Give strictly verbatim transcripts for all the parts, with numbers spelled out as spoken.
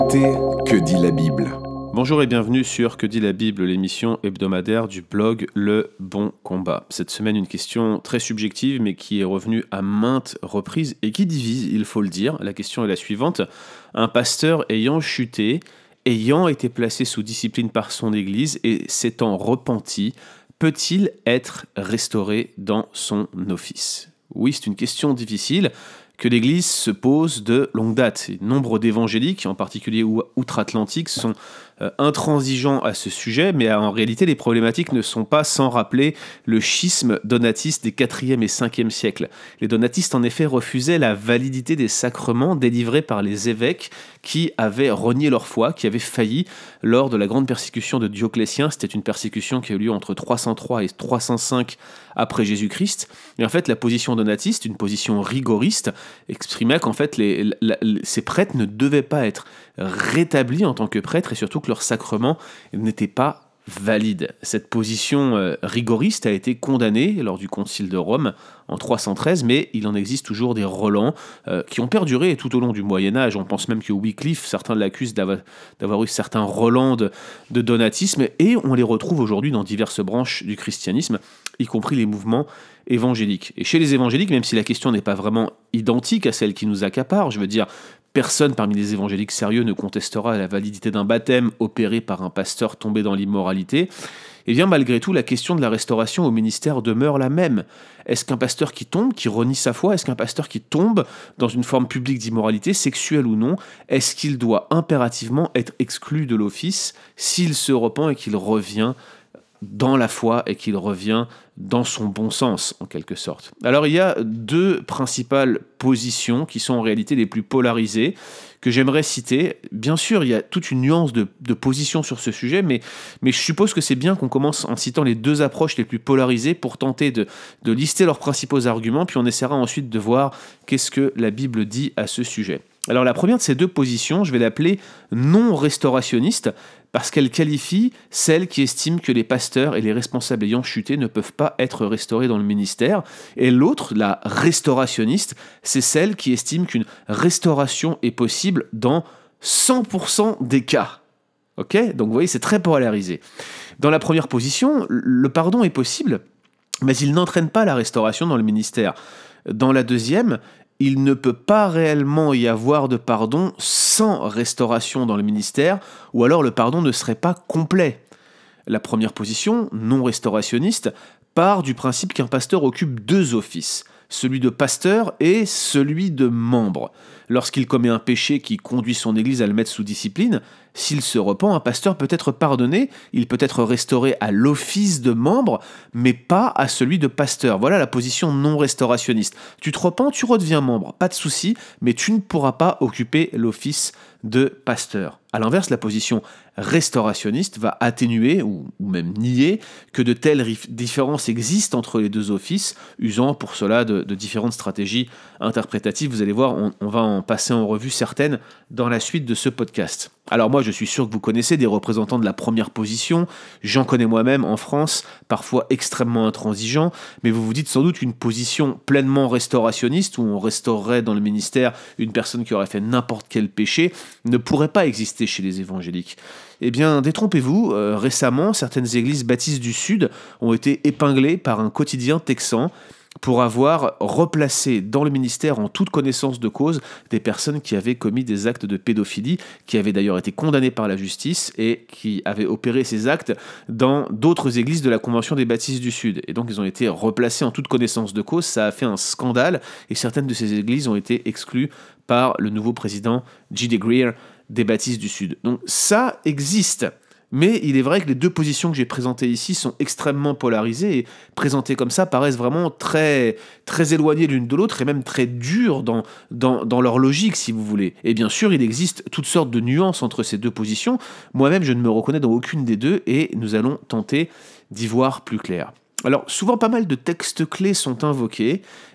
écoutez Que dit la Bible ? Bonjour et bienvenue sur Que dit la Bible, l'émission hebdomadaire du blog Le Bon Combat. Cette semaine, une question très subjective mais qui est revenue à maintes reprises et qui divise, il faut le dire. La question est la suivante. Un pasteur ayant chuté, ayant été placé sous discipline par son église et s'étant repenti, peut-il être restauré dans son office ? Oui, c'est une question difficile que l'Église se pose de longue date. Et nombre d'évangéliques, en particulier outre-Atlantique, sont euh, intransigeants à ce sujet, mais en réalité, les problématiques ne sont pas sans rappeler le schisme donatiste des quatrième et cinquième siècles. Les donatistes, en effet, refusaient la validité des sacrements délivrés par les évêques qui avaient renié leur foi, qui avaient failli lors de la grande persécution de Dioclétien. C'était une persécution qui a eu lieu entre trois cent trois et trois cent cinq après Jésus-Christ. Et en fait, la position donatiste, une position rigoriste, exprimait qu'en fait, les, la, les, ces prêtres ne devaient pas être rétablis en tant que prêtres et surtout que leur sacrement n'était pas valide. Cette position euh, rigoriste a été condamnée lors du Concile de Rome en trois cent treize, mais il en existe toujours des relents euh, qui ont perduré tout au long du Moyen-Âge. On pense même que Wycliffe, certains l'accusent d'avoir, d'avoir eu certains relents de, de donatisme, et on les retrouve aujourd'hui dans diverses branches du christianisme, y compris les mouvements évangéliques. Et chez les évangéliques, même si la question n'est pas vraiment identique à celle qui nous accapare, je veux dire, personne parmi les évangéliques sérieux ne contestera la validité d'un baptême opéré par un pasteur tombé dans l'immoralité. Et bien malgré tout, la question de la restauration au ministère demeure la même. Est-ce qu'un pasteur qui tombe, qui renie sa foi, est-ce qu'un pasteur qui tombe dans une forme publique d'immoralité, sexuelle ou non, est-ce qu'il doit impérativement être exclu de l'office s'il se repent et qu'il revient dans la foi et qu'il revient dans son bon sens, en quelque sorte. Alors, il y a deux principales positions qui sont en réalité les plus polarisées, que j'aimerais citer. Bien sûr, il y a toute une nuance de, de position sur ce sujet, mais, mais je suppose que c'est bien qu'on commence en citant les deux approches les plus polarisées pour tenter de, de lister leurs principaux arguments, puis on essaiera ensuite de voir qu'est-ce que la Bible dit à ce sujet. Alors, la première de ces deux positions, je vais l'appeler non restaurationniste, parce qu'elle qualifie celles qui estiment que les pasteurs et les responsables ayant chuté ne peuvent pas être restaurés dans le ministère. Et l'autre, la restaurationniste, c'est celle qui estime qu'une restauration est possible dans cent pour cent des cas. Ok ? Donc vous voyez, c'est très polarisé. Dans la première position, le pardon est possible, mais il n'entraîne pas la restauration dans le ministère. Dans la deuxième, il ne peut pas réellement y avoir de pardon sans restauration dans le ministère, ou alors le pardon ne serait pas complet. La première position, non restaurationniste, part du principe qu'un pasteur occupe deux offices, celui de pasteur et celui de membre. Lorsqu'il commet un péché qui conduit son église à le mettre sous discipline, s'il se repent, un pasteur peut être pardonné, il peut être restauré à l'office de membre, mais pas à celui de pasteur. Voilà la position non restaurationniste. Tu te repens, tu redeviens membre, pas de souci, mais tu ne pourras pas occuper l'office de pasteur. À l'inverse, la position restaurationniste va atténuer ou, ou même nier que de telles rif- différences existent entre les deux offices, usant pour cela de, de différentes stratégies interprétatives. Vous allez voir, on, on va en passer en revue certaines dans la suite de ce podcast. Alors moi, je suis sûr que vous connaissez des représentants de la première position, j'en connais moi-même en France, parfois extrêmement intransigeants, mais vous vous dites sans doute qu'une position pleinement restaurationniste, où on restaurerait dans le ministère une personne qui aurait fait n'importe quel péché, ne pourrait pas exister chez les évangéliques. Eh bien, détrompez-vous, euh, récemment, certaines églises baptistes du Sud ont été épinglées par un quotidien texan pour avoir replacé dans le ministère en toute connaissance de cause des personnes qui avaient commis des actes de pédophilie, qui avaient d'ailleurs été condamnées par la justice et qui avaient opéré ces actes dans d'autres églises de la Convention des baptistes du Sud. Et donc ils ont été replacés en toute connaissance de cause, ça a fait un scandale et certaines de ces églises ont été exclues par le nouveau président G D Greer des baptistes du Sud. Donc ça existe. Mais il est vrai que les deux positions que j'ai présentées ici sont extrêmement polarisées et présentées comme ça paraissent vraiment très, très éloignées l'une de l'autre et même très dures dans, dans, dans leur logique, si vous voulez. Et bien sûr, il existe toutes sortes de nuances entre ces deux positions. Moi-même, je ne me reconnais dans aucune des deux et nous allons tenter d'y voir plus clair. Alors, souvent pas mal de textes clés sont invoqués,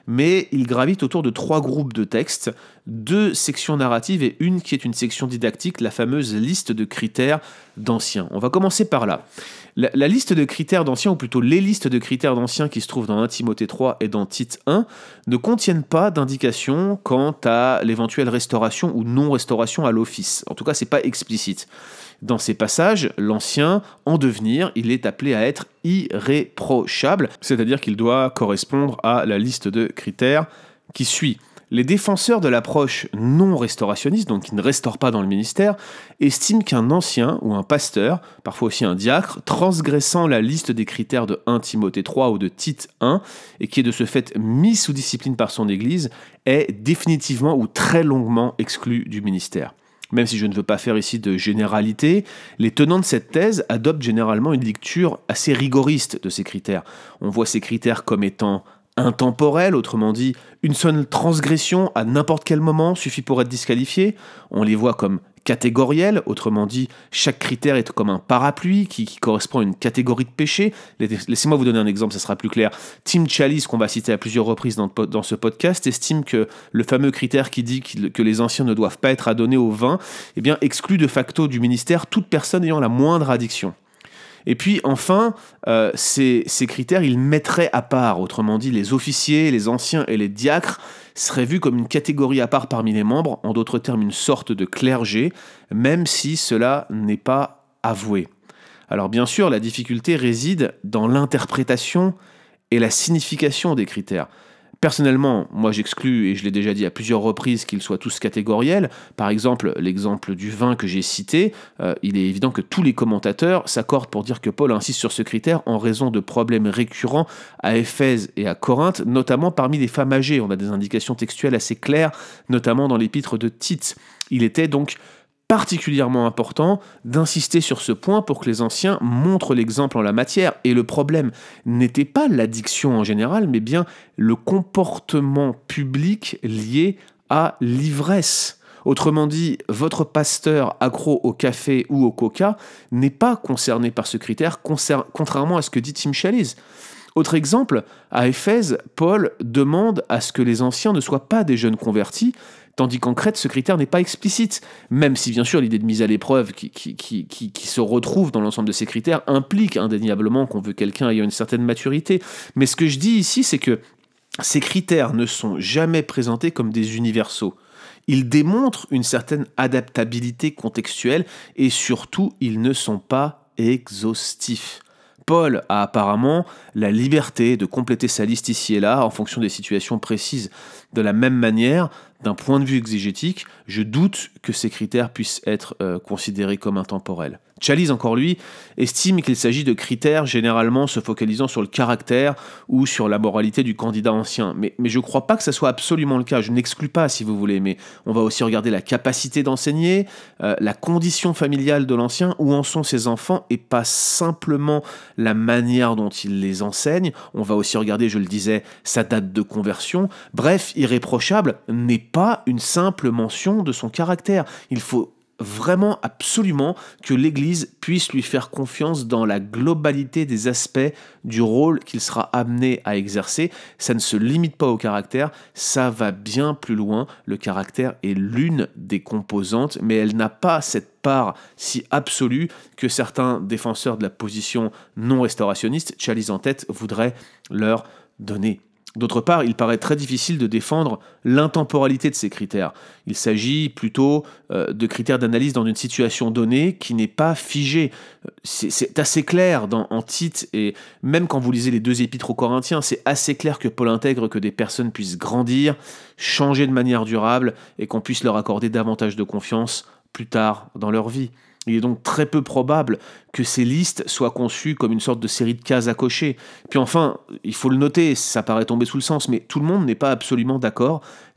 mais il gravite autour de trois groupes de textes, deux sections narratives et une qui est une section didactique, la fameuse liste de critères d'anciens. On va commencer par là. La, la liste de critères d'anciens, ou plutôt les listes de critères d'anciens qui se trouvent dans un Timothée trois et dans Tite un, ne contiennent pas d'indication quant à l'éventuelle restauration ou non-restauration à l'office. En tout cas, c'est pas explicite. Dans ces passages, l'ancien, en devenir, il est appelé à être irréprochable, c'est-à-dire qu'il doit correspondre à la liste de critères qui suit. Les défenseurs de l'approche non restaurationniste, donc qui ne restaure pas dans le ministère, estiment qu'un ancien ou un pasteur, parfois aussi un diacre, transgressant la liste des critères de un Timothée trois ou de Tite un, et qui est de ce fait mis sous discipline par son Église, est définitivement ou très longuement exclu du ministère. Même si je ne veux pas faire ici de généralité, les tenants de cette thèse adoptent généralement une lecture assez rigoriste de ces critères. On voit ces critères comme étant intemporels, autrement dit, une seule transgression à n'importe quel moment suffit pour être disqualifié. On les voit comme catégoriels, autrement dit, chaque critère est comme un parapluie qui, qui correspond à une catégorie de péché. Laissez-moi vous donner un exemple, ça sera plus clair. Tim Challies, qu'on va citer à plusieurs reprises dans, dans ce podcast, estime que le fameux critère qui dit que les anciens ne doivent pas être adonnés au vin, eh bien, exclut de facto du ministère toute personne ayant la moindre addiction. Et puis enfin, euh, ces, ces critères, ils mettraient à part, autrement dit, les officiers, les anciens et les diacres seraient vus comme une catégorie à part parmi les membres, en d'autres termes une sorte de clergé, même si cela n'est pas avoué. Alors bien sûr, la difficulté réside dans l'interprétation et la signification des critères. Personnellement, moi j'exclus, et je l'ai déjà dit à plusieurs reprises, qu'ils soient tous catégoriels. Par exemple, l'exemple du vin que j'ai cité, euh, il est évident que tous les commentateurs s'accordent pour dire que Paul insiste sur ce critère en raison de problèmes récurrents à Éphèse et à Corinthe, notamment parmi les femmes âgées. On a des indications textuelles assez claires, notamment dans l'épître de Tite. Il était donc particulièrement important d'insister sur ce point pour que les anciens montrent l'exemple en la matière. Et le problème n'était pas l'addiction en général, mais bien le comportement public lié à l'ivresse. Autrement dit, votre pasteur accro au café ou au coca n'est pas concerné par ce critère, contrairement à ce que dit Tim Challies. Autre exemple, à Éphèse, Paul demande à ce que les anciens ne soient pas des jeunes convertis, tandis qu'en Crète, ce critère n'est pas explicite, même si bien sûr l'idée de mise à l'épreuve qui, qui, qui, qui, qui se retrouve dans l'ensemble de ces critères implique indéniablement qu'on veut quelqu'un ayant une certaine maturité. Mais ce que je dis ici, c'est que ces critères ne sont jamais présentés comme des universaux. Ils démontrent une certaine adaptabilité contextuelle et surtout, ils ne sont pas exhaustifs. Paul a apparemment la liberté de compléter sa liste ici et là en fonction des situations précises. De la même manière, d'un point de vue exégétique, je doute que ces critères puissent être euh, considérés comme intemporels. Challies, encore lui, estime qu'il s'agit de critères généralement se focalisant sur le caractère ou sur la moralité du candidat ancien. Mais, mais je ne crois pas que ça soit absolument le cas. Je n'exclus pas, si vous voulez, mais on va aussi regarder la capacité d'enseigner, euh, la condition familiale de l'ancien, où en sont ses enfants, et pas simplement la manière dont il les enseigne. On va aussi regarder, je le disais, sa date de conversion. Bref, irréprochable n'est pas une simple mention de son caractère. Il faut vraiment absolument que l'Église puisse lui faire confiance dans la globalité des aspects du rôle qu'il sera amené à exercer. Ça ne se limite pas au caractère, ça va bien plus loin. Le caractère est l'une des composantes, mais elle n'a pas cette part si absolue que certains défenseurs de la position non restaurationniste, Challies en tête, voudraient leur donner. D'autre part, il paraît très difficile de défendre l'intemporalité de ces critères. Il s'agit plutôt euh, de critères d'analyse dans une situation donnée qui n'est pas figée. C'est, c'est assez clair dans, en Tite, et même quand vous lisez les deux épîtres aux Corinthiens, c'est assez clair que Paul intègre que des personnes puissent grandir, changer de manière durable, et qu'on puisse leur accorder davantage de confiance plus tard dans leur vie. Il est donc très peu probable que ces listes soient conçues comme une sorte de série de cases à cocher. Puis enfin, il faut le noter, ça paraît tomber sous le sens, mais tout le monde n'est pas absolument d'accord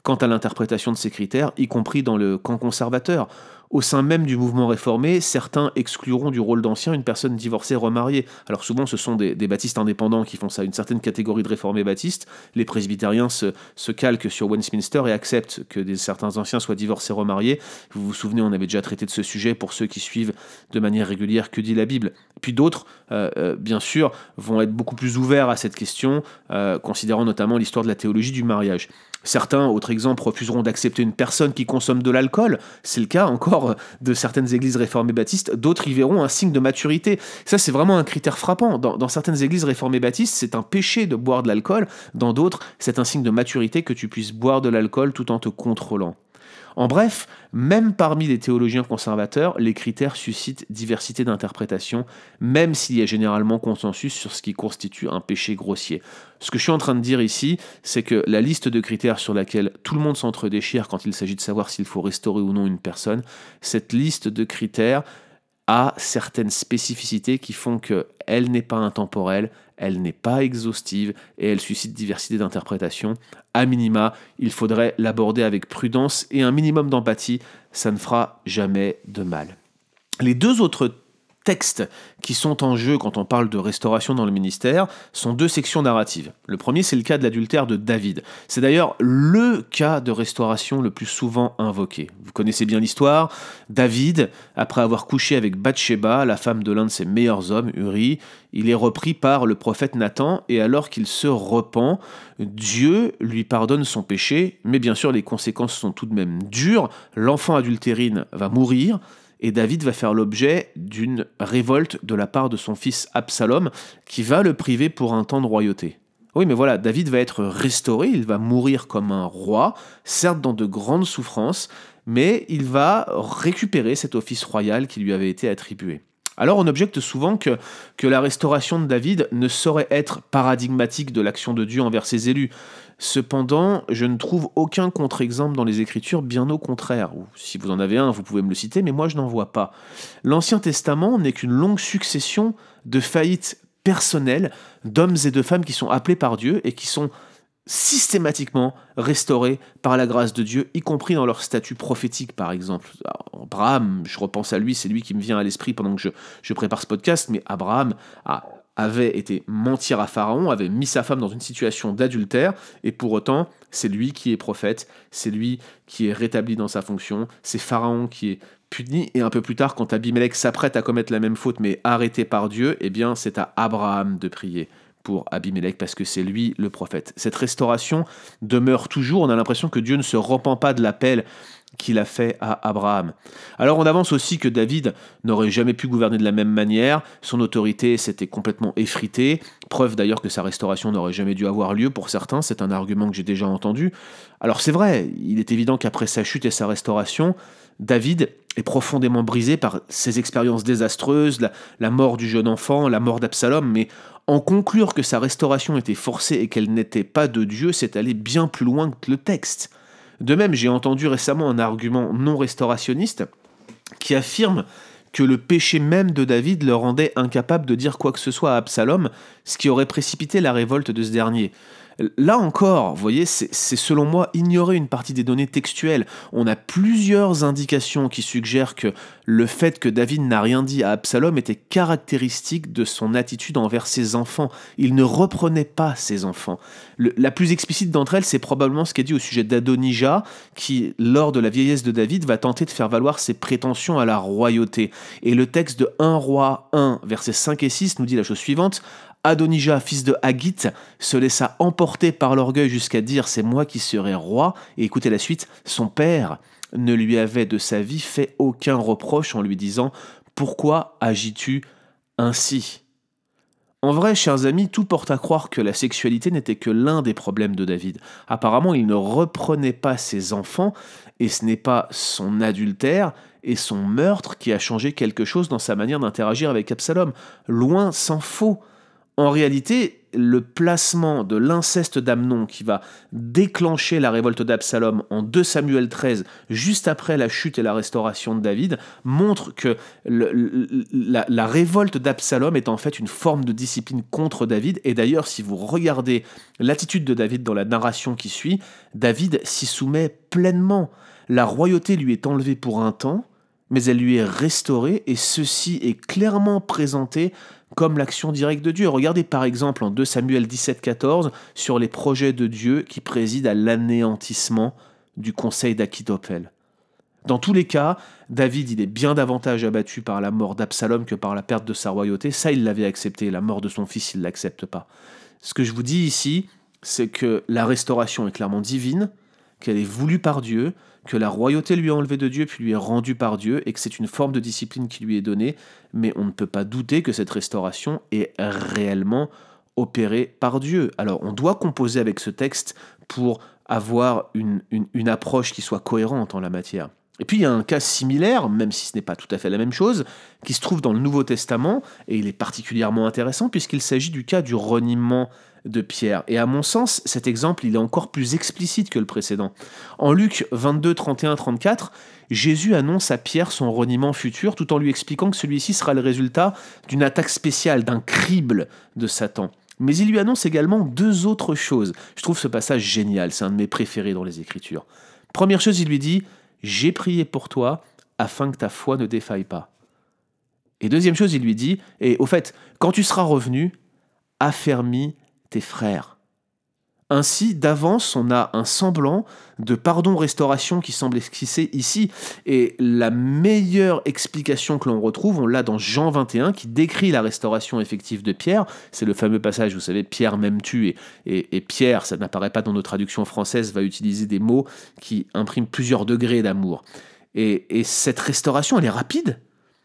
quant à l'interprétation de ces critères, y compris dans le camp conservateur. Au sein même du mouvement réformé, certains excluront du rôle d'ancien une personne divorcée remariée. Alors souvent, ce sont des, des baptistes indépendants qui font ça, une certaine catégorie de réformés baptistes. Les presbytériens se, se calquent sur Westminster et acceptent que des, certains anciens soient divorcés remariés. Vous vous souvenez, on avait déjà traité de ce sujet pour ceux qui suivent de manière régulière Que dit la Bible. Puis d'autres, euh, euh, bien sûr, vont être beaucoup plus ouverts à cette question, euh, considérant notamment l'histoire de la théologie du mariage. Certains, autre exemple, refuseront d'accepter une personne qui consomme de l'alcool. C'est le cas encore de certaines églises réformées baptistes. D'autres y verront un signe de maturité. Ça, c'est vraiment un critère frappant. Dans, dans certaines églises réformées baptistes, c'est un péché de boire de l'alcool. Dans d'autres, c'est un signe de maturité que tu puisses boire de l'alcool tout en te contrôlant. En bref, même parmi les théologiens conservateurs, les critères suscitent diversité d'interprétation, même s'il y a généralement consensus sur ce qui constitue un péché grossier. Ce que je suis en train de dire ici, c'est que la liste de critères sur laquelle tout le monde s'entre-déchire quand il s'agit de savoir s'il faut restaurer ou non une personne, cette liste de critères a certaines spécificités qui font qu'elle n'est pas intemporelle, elle n'est pas exhaustive et elle suscite diversité d'interprétation. À minima, il faudrait l'aborder avec prudence et un minimum d'empathie, ça ne fera jamais de mal. Les deux autres textes qui sont en jeu quand on parle de restauration dans le ministère sont deux sections narratives. Le premier, c'est le cas de l'adultère de David. C'est d'ailleurs le cas de restauration le plus souvent invoqué. Vous connaissez bien l'histoire. David, après avoir couché avec Bathsheba, la femme de l'un de ses meilleurs hommes, Uri, il est repris par le prophète Nathan, et alors qu'il se repent, Dieu lui pardonne son péché, mais bien sûr les conséquences sont tout de même dures. L'enfant adultérine va mourir, et David va faire l'objet d'une révolte de la part de son fils Absalom, qui va le priver pour un temps de royauté. Oui, mais voilà, David va être restauré, il va mourir comme un roi, certes dans de grandes souffrances, mais il va récupérer cet office royal qui lui avait été attribué. Alors on objecte souvent que, que la restauration de David ne saurait être paradigmatique de l'action de Dieu envers ses élus. Cependant, je ne trouve aucun contre-exemple dans les Écritures, bien au contraire. Ou si vous en avez un, vous pouvez me le citer, mais moi je n'en vois pas. L'Ancien Testament n'est qu'une longue succession de faillites personnelles d'hommes et de femmes qui sont appelés par Dieu et qui sont systématiquement restaurés par la grâce de Dieu, y compris dans leur statut prophétique, par exemple. Alors, Abraham, je repense à lui, c'est lui qui me vient à l'esprit pendant que je, je prépare ce podcast, mais Abraham a, avait été mentir à Pharaon, avait mis sa femme dans une situation d'adultère, et pour autant, c'est lui qui est prophète, c'est lui qui est rétabli dans sa fonction, c'est Pharaon qui est puni, et un peu plus tard, quand Abimelech s'apprête à commettre la même faute, mais arrêté par Dieu, eh bien, c'est à Abraham de prier pour Abimelech, parce que c'est lui le prophète. Cette restauration demeure toujours, on a l'impression que Dieu ne se repent pas de l'appel qu'il a fait à Abraham. Alors on avance aussi que David n'aurait jamais pu gouverner de la même manière, son autorité s'était complètement effritée, preuve d'ailleurs que sa restauration n'aurait jamais dû avoir lieu pour certains, c'est un argument que j'ai déjà entendu. Alors c'est vrai, il est évident qu'après sa chute et sa restauration, David est profondément brisé par ses expériences désastreuses, la, la mort du jeune enfant, la mort d'Absalom, mais en conclure que sa restauration était forcée et qu'elle n'était pas de Dieu, c'est aller bien plus loin que le texte. De même, j'ai entendu récemment un argument non restaurationniste qui affirme que le péché même de David le rendait incapable de dire quoi que ce soit à Absalom, ce qui aurait précipité la révolte de ce dernier. Là encore, vous voyez, c'est, c'est selon moi ignorer une partie des données textuelles. On a plusieurs indications qui suggèrent que le fait que David n'a rien dit à Absalom était caractéristique de son attitude envers ses enfants. Il ne reprenait pas ses enfants. Le, la plus explicite d'entre elles, c'est probablement ce qu'est dit au sujet d'Adonijah, qui, lors de la vieillesse de David, va tenter de faire valoir ses prétentions à la royauté. Et le texte de un roi un, versets cinq et six, nous dit la chose suivante: Adonijah, fils de Haggith, se laissa emporter par l'orgueil jusqu'à dire « c'est moi qui serai roi ». Et écoutez la suite, son père ne lui avait de sa vie fait aucun reproche en lui disant « pourquoi agis-tu ainsi ?» En vrai, chers amis, tout porte à croire que la sexualité n'était que l'un des problèmes de David. Apparemment, il ne reprenait pas ses enfants, et ce n'est pas son adultère et son meurtre qui a changé quelque chose dans sa manière d'interagir avec Absalom. Loin s'en faut. En réalité, le placement de l'inceste d'Amnon qui va déclencher la révolte d'Absalom en deux Samuel treize, juste après la chute et la restauration de David, montre que le, le, la, la révolte d'Absalom est en fait une forme de discipline contre David. Et d'ailleurs, si vous regardez l'attitude de David dans la narration qui suit, David s'y soumet pleinement. La royauté lui est enlevée pour un temps, mais elle lui est restaurée, et ceci est clairement présenté comme l'action directe de Dieu. Regardez par exemple en deux Samuel dix-sept quatorze sur les projets de Dieu qui président à l'anéantissement du conseil d'Akitophel. Dans tous les cas, David il est bien davantage abattu par la mort d'Absalom que par la perte de sa royauté. Ça, il l'avait accepté. La mort de son fils, il ne l'accepte pas. Ce que je vous dis ici, c'est que la restauration est clairement divine, qu'elle est voulue par Dieu, que la royauté lui est enlevée de Dieu puis lui est rendue par Dieu, et que c'est une forme de discipline qui lui est donnée, mais on ne peut pas douter que cette restauration est réellement opérée par Dieu. Alors on doit composer avec ce texte pour avoir une, une, une approche qui soit cohérente en la matière. Et puis il y a un cas similaire, même si ce n'est pas tout à fait la même chose, qui se trouve dans le Nouveau Testament, et il est particulièrement intéressant puisqu'il s'agit du cas du reniement de Pierre. Et à mon sens, cet exemple, il est encore plus explicite que le précédent. En Luc vingt-deux, trente et un, trente-quatre, Jésus annonce à Pierre son reniement futur tout en lui expliquant que celui-ci sera le résultat d'une attaque spéciale, d'un crible de Satan. Mais il lui annonce également deux autres choses. Je trouve ce passage génial, c'est un de mes préférés dans les Écritures. Première chose, il lui dit « J'ai prié pour toi afin que ta foi ne défaille pas. » Et deuxième chose, il lui dit « Et au fait, quand tu seras revenu, affermis tes frères. » Ainsi, d'avance, on a un semblant de pardon-restauration qui semble esquissé ici. Et la meilleure explication que l'on retrouve, on l'a dans Jean vingt et un, qui décrit la restauration effective de Pierre. C'est le fameux passage, vous savez, Pierre m'aimes-tu, et, et, et Pierre, ça n'apparaît pas dans nos traductions françaises, va utiliser des mots qui impriment plusieurs degrés d'amour. Et, et cette restauration, elle est rapide.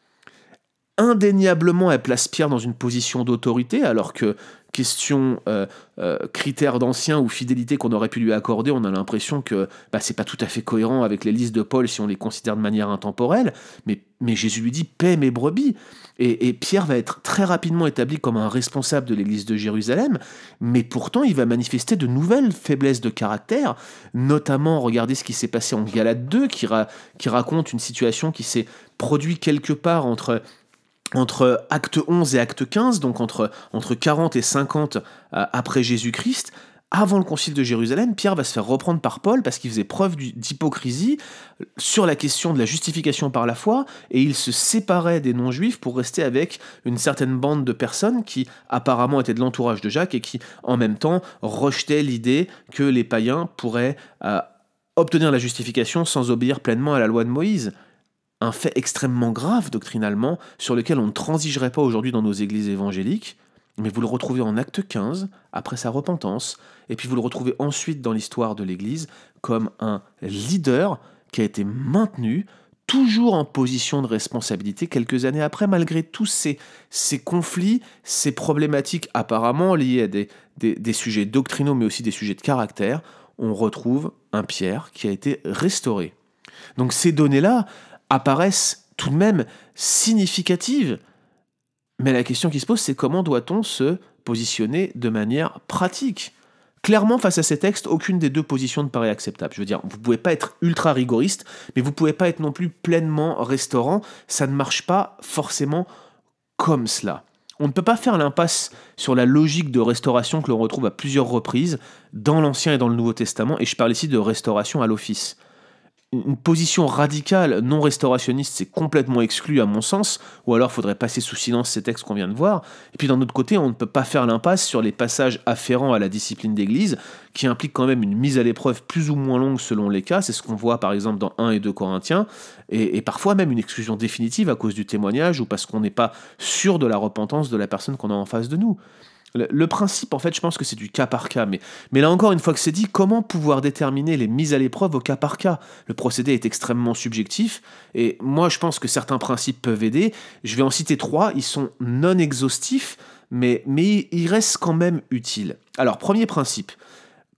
Indéniablement, elle place Pierre dans une position d'autorité, alors que question euh, euh, critères d'anciens ou fidélité qu'on aurait pu lui accorder, on a l'impression que bah, c'est pas tout à fait cohérent avec les listes de Paul si on les considère de manière intemporelle, mais, mais Jésus lui dit « paie mes brebis ». Et, et Pierre va être très rapidement établi comme un responsable de l'église de Jérusalem, mais pourtant il va manifester de nouvelles faiblesses de caractère, notamment regardez ce qui s'est passé en Galates deux, qui, ra- qui raconte une situation qui s'est produite quelque part entre... entre acte onze et acte quinze, donc entre, entre quarante et cinquante euh, après Jésus-Christ. Avant le concile de Jérusalem, Pierre va se faire reprendre par Paul parce qu'il faisait preuve d'hypocrisie sur la question de la justification par la foi, et il se séparait des non-juifs pour rester avec une certaine bande de personnes qui apparemment étaient de l'entourage de Jacques et qui en même temps rejetaient l'idée que les païens pourraient euh, obtenir la justification sans obéir pleinement à la loi de Moïse. Un fait extrêmement grave doctrinalement, sur lequel on ne transigerait pas aujourd'hui dans nos églises évangéliques, mais vous le retrouvez en acte quinze, après sa repentance, et puis vous le retrouvez ensuite dans l'histoire de l'Église comme un leader qui a été maintenu, toujours en position de responsabilité quelques années après, malgré tous ces, ces conflits, ces problématiques apparemment liées à des, des, des sujets doctrinaux, mais aussi des sujets de caractère. On retrouve un Pierre qui a été restauré. Donc ces données-là apparaissent tout de même significatives. Mais la question qui se pose, c'est comment doit-on se positionner de manière pratique ? Clairement, face à ces textes, aucune des deux positions ne paraît acceptable. Je veux dire, vous ne pouvez pas être ultra rigoriste, mais vous ne pouvez pas être non plus pleinement restaurant. Ça ne marche pas forcément comme cela. On ne peut pas faire l'impasse sur la logique de restauration que l'on retrouve à plusieurs reprises dans l'Ancien et dans le Nouveau Testament, et je parle ici de restauration à l'office. Une position radicale non restaurationniste, c'est complètement exclu à mon sens, ou alors il faudrait passer sous silence ces textes qu'on vient de voir. Et puis d'un autre côté, on ne peut pas faire l'impasse sur les passages afférents à la discipline d'église, qui impliquent quand même une mise à l'épreuve plus ou moins longue selon les cas. C'est ce qu'on voit par exemple dans un et deux Corinthiens, et, et parfois même une exclusion définitive à cause du témoignage, ou parce qu'on n'est pas sûr de la repentance de la personne qu'on a en face de nous. Le, le principe, en fait, je pense que c'est du cas par cas. Mais, mais là encore, une fois que c'est dit, comment pouvoir déterminer les mises à l'épreuve au cas par cas ? Le procédé est extrêmement subjectif. Et moi, je pense que certains principes peuvent aider. Je vais en citer trois. Ils sont non exhaustifs, mais, mais ils restent quand même utiles. Alors, premier principe.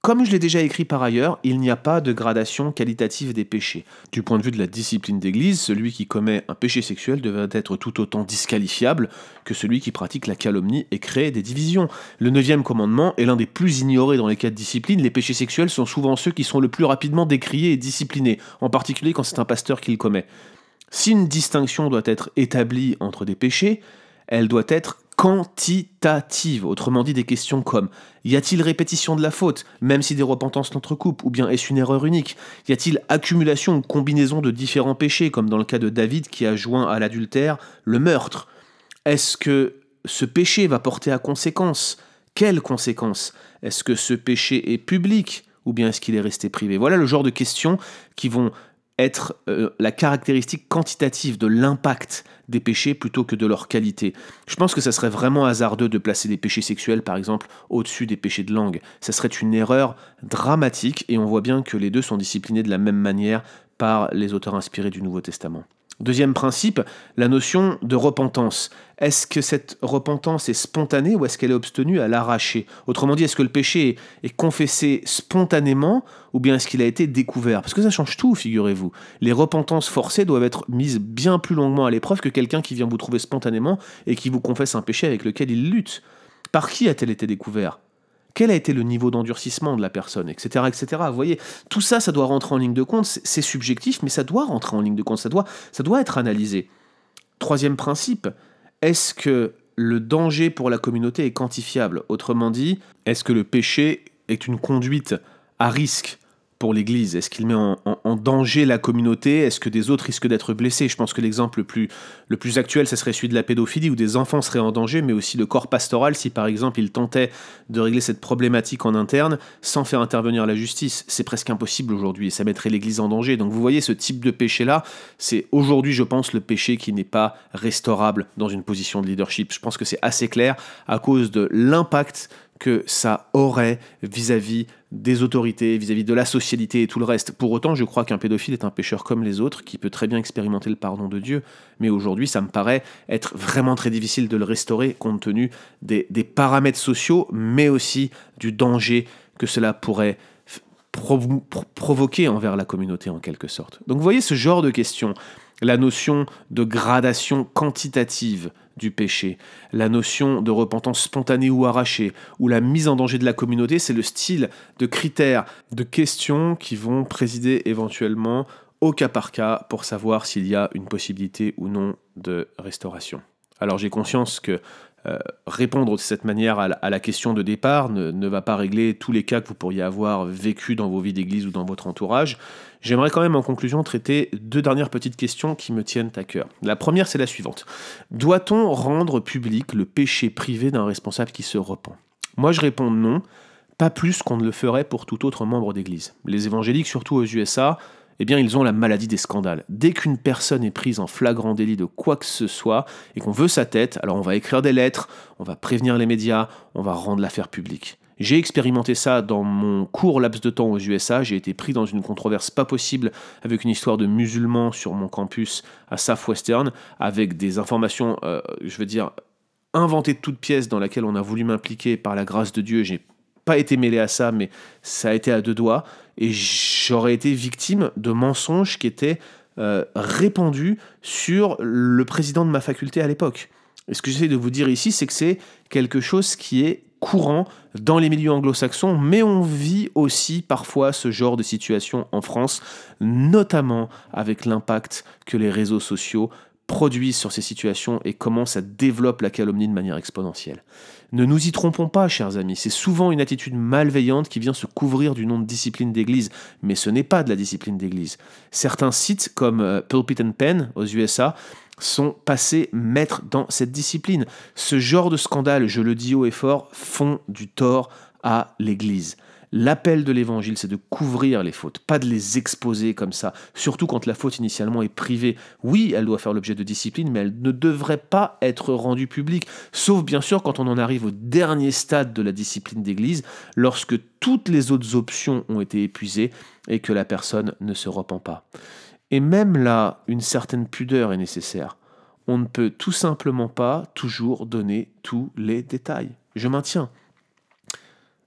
Comme je l'ai déjà écrit par ailleurs, il n'y a pas de gradation qualitative des péchés. Du point de vue de la discipline d'Église, celui qui commet un péché sexuel devrait être tout autant disqualifiable que celui qui pratique la calomnie et crée des divisions. Le neuvième commandement est l'un des plus ignorés dans les cas de discipline. Les péchés sexuels sont souvent ceux qui sont le plus rapidement décriés et disciplinés, en particulier quand c'est un pasteur qui le commet. Si une distinction doit être établie entre des péchés, elle doit être quantitative, autrement dit des questions comme y a-t-il répétition de la faute, même si des repentances l'entrecoupent, ou bien est-ce une erreur unique? Y a-t-il accumulation ou combinaison de différents péchés, comme dans le cas de David qui a joint à l'adultère le meurtre? Est-ce que ce péché va porter à conséquence? Quelles conséquences? Est-ce que ce péché est public, ou bien est-ce qu'il est resté privé? Voilà le genre de questions qui vont être euh, la caractéristique quantitative de l'impact des péchés plutôt que de leur qualité. Je pense que ça serait vraiment hasardeux de placer des péchés sexuels, par exemple, au-dessus des péchés de langue. Ça serait une erreur dramatique et on voit bien que les deux sont disciplinés de la même manière par les auteurs inspirés du Nouveau Testament. Deuxième principe, la notion de repentance. Est-ce que cette repentance est spontanée ou est-ce qu'elle est obtenue à l'arraché? Autrement dit, est-ce que le péché est, est confessé spontanément ou bien est-ce qu'il a été découvert? Parce que ça change tout, figurez-vous. Les repentances forcées doivent être mises bien plus longuement à l'épreuve que quelqu'un qui vient vous trouver spontanément et qui vous confesse un péché avec lequel il lutte. Par qui a-t-elle été découvert? Quel a été le niveau d'endurcissement de la personne, et cetera, et cetera. Vous voyez, tout ça, ça doit rentrer en ligne de compte. C'est, c'est subjectif, mais ça doit rentrer en ligne de compte. Ça doit, ça doit être analysé. Troisième principe, est-ce que le danger pour la communauté est quantifiable? Autrement dit, est-ce que le péché est une conduite à risque pour l'Église? Est-ce qu'il met en, en, en danger la communauté? Est-ce que des autres risquent d'être blessés? Je pense que l'exemple le plus, le plus actuel, ça serait celui de la pédophilie, où des enfants seraient en danger, mais aussi le corps pastoral, si par exemple il tentait de régler cette problématique en interne sans faire intervenir la justice. C'est presque impossible aujourd'hui, et ça mettrait l'Église en danger. Donc vous voyez, ce type de péché-là, c'est aujourd'hui, je pense, le péché qui n'est pas restaurable dans une position de leadership. Je pense que c'est assez clair à cause de l'impact que ça aurait vis-à-vis des autorités, vis-à-vis de la socialité et tout le reste. Pour autant, je crois qu'un pédophile est un pécheur comme les autres, qui peut très bien expérimenter le pardon de Dieu, mais aujourd'hui, ça me paraît être vraiment très difficile de le restaurer, compte tenu des, des paramètres sociaux, mais aussi du danger que cela pourrait provo- pro- provoquer envers la communauté, en quelque sorte. Donc vous voyez ce genre de questions, la notion de gradation quantitative du péché, la notion de repentance spontanée ou arrachée, ou la mise en danger de la communauté, c'est le style de critères, de questions qui vont présider éventuellement au cas par cas pour savoir s'il y a une possibilité ou non de restauration. Alors j'ai conscience que euh, répondre de cette manière à la, à la question de départ ne, ne va pas régler tous les cas que vous pourriez avoir vécu dans vos vies d'église ou dans votre entourage. J'aimerais quand même en conclusion traiter deux dernières petites questions qui me tiennent à cœur. La première, c'est la suivante. Doit-on rendre public le péché privé d'un responsable qui se repent? Moi, je réponds non, pas plus qu'on ne le ferait pour tout autre membre d'église. Les évangéliques, surtout aux U S A, eh bien, ils ont la maladie des scandales. Dès qu'une personne est prise en flagrant délit de quoi que ce soit et qu'on veut sa tête, alors on va écrire des lettres, on va prévenir les médias, on va rendre l'affaire publique. J'ai expérimenté ça dans mon court laps de temps aux U S A. J'ai été pris dans une controverse pas possible avec une histoire de musulmans sur mon campus à Southwestern, avec des informations, euh, je veux dire, inventées de toutes pièces dans laquelle on a voulu m'impliquer par la grâce de Dieu. J'ai pas été mêlé à ça, mais ça a été à deux doigts. Et j'aurais été victime de mensonges qui étaient euh, répandus sur le président de ma faculté à l'époque. Et ce que j'essaie de vous dire ici, c'est que c'est quelque chose qui est courant dans les milieux anglo-saxons, mais on vit aussi parfois ce genre de situation en France, notamment avec l'impact que les réseaux sociaux produisent sur ces situations et comment ça développe la calomnie de manière exponentielle. Ne nous y trompons pas, chers amis, c'est souvent une attitude malveillante qui vient se couvrir du nom de discipline d'église, mais ce n'est pas de la discipline d'église. Certains sites comme euh, Pulpit and Pen aux U S A sont passés maîtres dans cette discipline. Ce genre de scandale, je le dis haut et fort, font du tort à l'église. L'appel de l'évangile, c'est de couvrir les fautes, pas de les exposer comme ça, surtout quand la faute initialement est privée. Oui, elle doit faire l'objet de discipline, mais elle ne devrait pas être rendue publique, sauf bien sûr quand on en arrive au dernier stade de la discipline d'église, lorsque toutes les autres options ont été épuisées et que la personne ne se repent pas. Et même là, une certaine pudeur est nécessaire. On ne peut tout simplement pas toujours donner tous les détails. Je maintiens.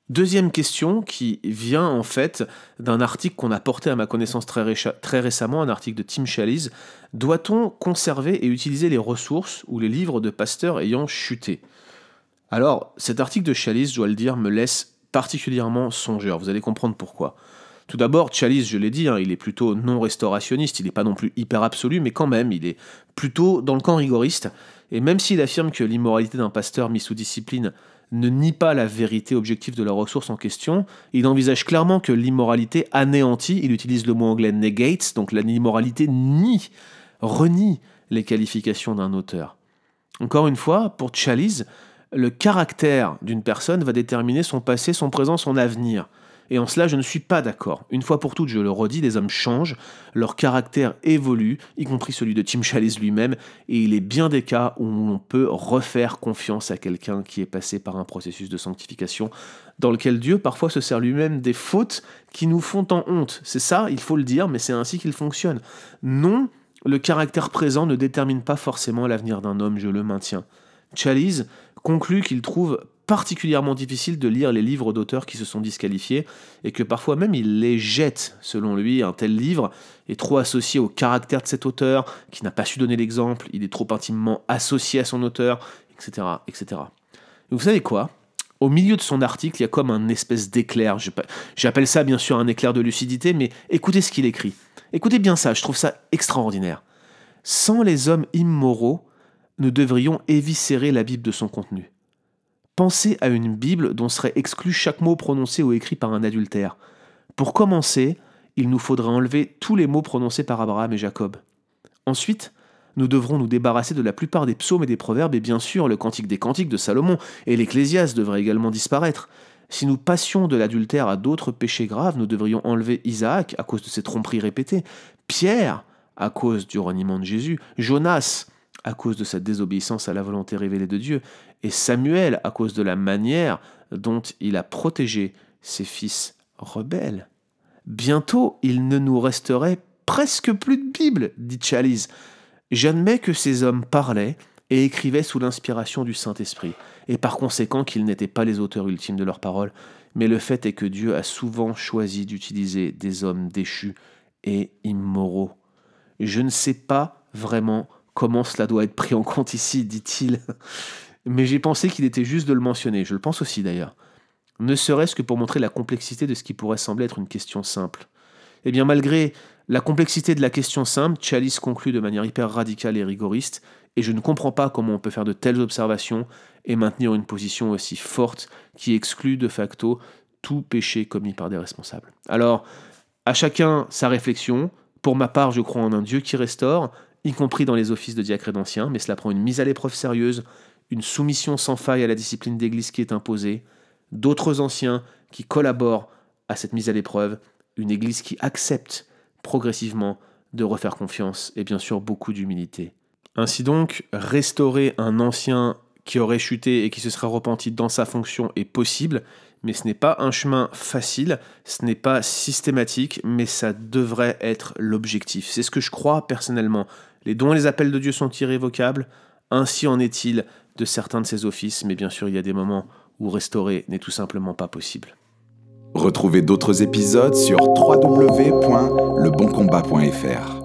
Deuxième question qui vient en fait d'un article qu'on a porté à ma connaissance très, récha- très récemment, un article de Tim Challies. Doit-on conserver et utiliser les ressources ou les livres de pasteurs ayant chuté ? Alors, cet article de Challies, je dois le dire, me laisse particulièrement songeur. Vous allez comprendre pourquoi. Tout d'abord, Challies, je l'ai dit, hein, il est plutôt non restaurationniste, il n'est pas non plus hyper absolu, mais quand même, il est plutôt dans le camp rigoriste. Et même s'il affirme que l'immoralité d'un pasteur mis sous discipline ne nie pas la vérité objective de la ressource en question, il envisage clairement que l'immoralité anéantit, il utilise le mot anglais negates, donc l'immoralité nie, renie les qualifications d'un auteur. Encore une fois, pour Challies, le caractère d'une personne va déterminer son passé, son présent, son avenir. Et en cela, je ne suis pas d'accord. Une fois pour toutes, je le redis, les hommes changent, leur caractère évolue, y compris celui de Tim Challies lui-même, et il est bien des cas où on peut refaire confiance à quelqu'un qui est passé par un processus de sanctification, dans lequel Dieu parfois se sert lui-même des fautes qui nous font en honte. C'est ça, il faut le dire, mais c'est ainsi qu'il fonctionne. Non, le caractère présent ne détermine pas forcément l'avenir d'un homme, je le maintiens. Challies conclut qu'il trouve particulièrement difficile de lire les livres d'auteurs qui se sont disqualifiés et que parfois même il les jette. Selon lui, un tel livre est trop associé au caractère de cet auteur, qui n'a pas su donner l'exemple, il est trop intimement associé à son auteur, et cetera, et cetera. Et vous savez quoi ? Au milieu de son article, il y a comme un espèce d'éclair. J'appelle ça bien sûr un éclair de lucidité, mais écoutez ce qu'il écrit. Écoutez bien ça, je trouve ça extraordinaire. Sans les hommes immoraux, nous devrions éviscérer la Bible de son contenu. Pensez à une Bible dont serait exclu chaque mot prononcé ou écrit par un adultère. Pour commencer, il nous faudrait enlever tous les mots prononcés par Abraham et Jacob. Ensuite, nous devrons nous débarrasser de la plupart des psaumes et des proverbes, et bien sûr le Cantique des Cantiques de Salomon et l'Ecclésiaste devraient également disparaître. Si nous passions de l'adultère à d'autres péchés graves, nous devrions enlever Isaac à cause de ses tromperies répétées, Pierre à cause du reniement de Jésus, Jonas à cause de sa désobéissance à la volonté révélée de Dieu, et Samuel à cause de la manière dont il a protégé ses fils rebelles. Bientôt, il ne nous resterait presque plus de Bible, dit Challies. J'admets que ces hommes parlaient et écrivaient sous l'inspiration du Saint-Esprit, et par conséquent qu'ils n'étaient pas les auteurs ultimes de leurs paroles, mais le fait est que Dieu a souvent choisi d'utiliser des hommes déchus et immoraux. Je ne sais pas vraiment comment cela doit être pris en compte ici, dit-il. Mais j'ai pensé qu'il était juste de le mentionner, je le pense aussi d'ailleurs. Ne serait-ce que pour montrer la complexité de ce qui pourrait sembler être une question simple. Eh bien, malgré la complexité de la question simple, Challies conclut de manière hyper radicale et rigoriste, et je ne comprends pas comment on peut faire de telles observations et maintenir une position aussi forte qui exclut de facto tout péché commis par des responsables. Alors, à chacun sa réflexion. Pour ma part, je crois en un Dieu qui restaure, y compris dans les offices de diacre et d'ancien, mais cela prend une mise à l'épreuve sérieuse, une soumission sans faille à la discipline d'église qui est imposée, d'autres anciens qui collaborent à cette mise à l'épreuve, une église qui accepte progressivement de refaire confiance et bien sûr beaucoup d'humilité. Ainsi donc, restaurer un ancien qui aurait chuté et qui se serait repenti dans sa fonction est possible, mais ce n'est pas un chemin facile, ce n'est pas systématique, mais ça devrait être l'objectif. C'est ce que je crois personnellement. Les dons et les appels de Dieu sont irrévocables, ainsi en est-il de certains de ses offices, mais bien sûr il y a des moments où restaurer n'est tout simplement pas possible. Retrouvez d'autres épisodes sur w w w point le bon combat point f r.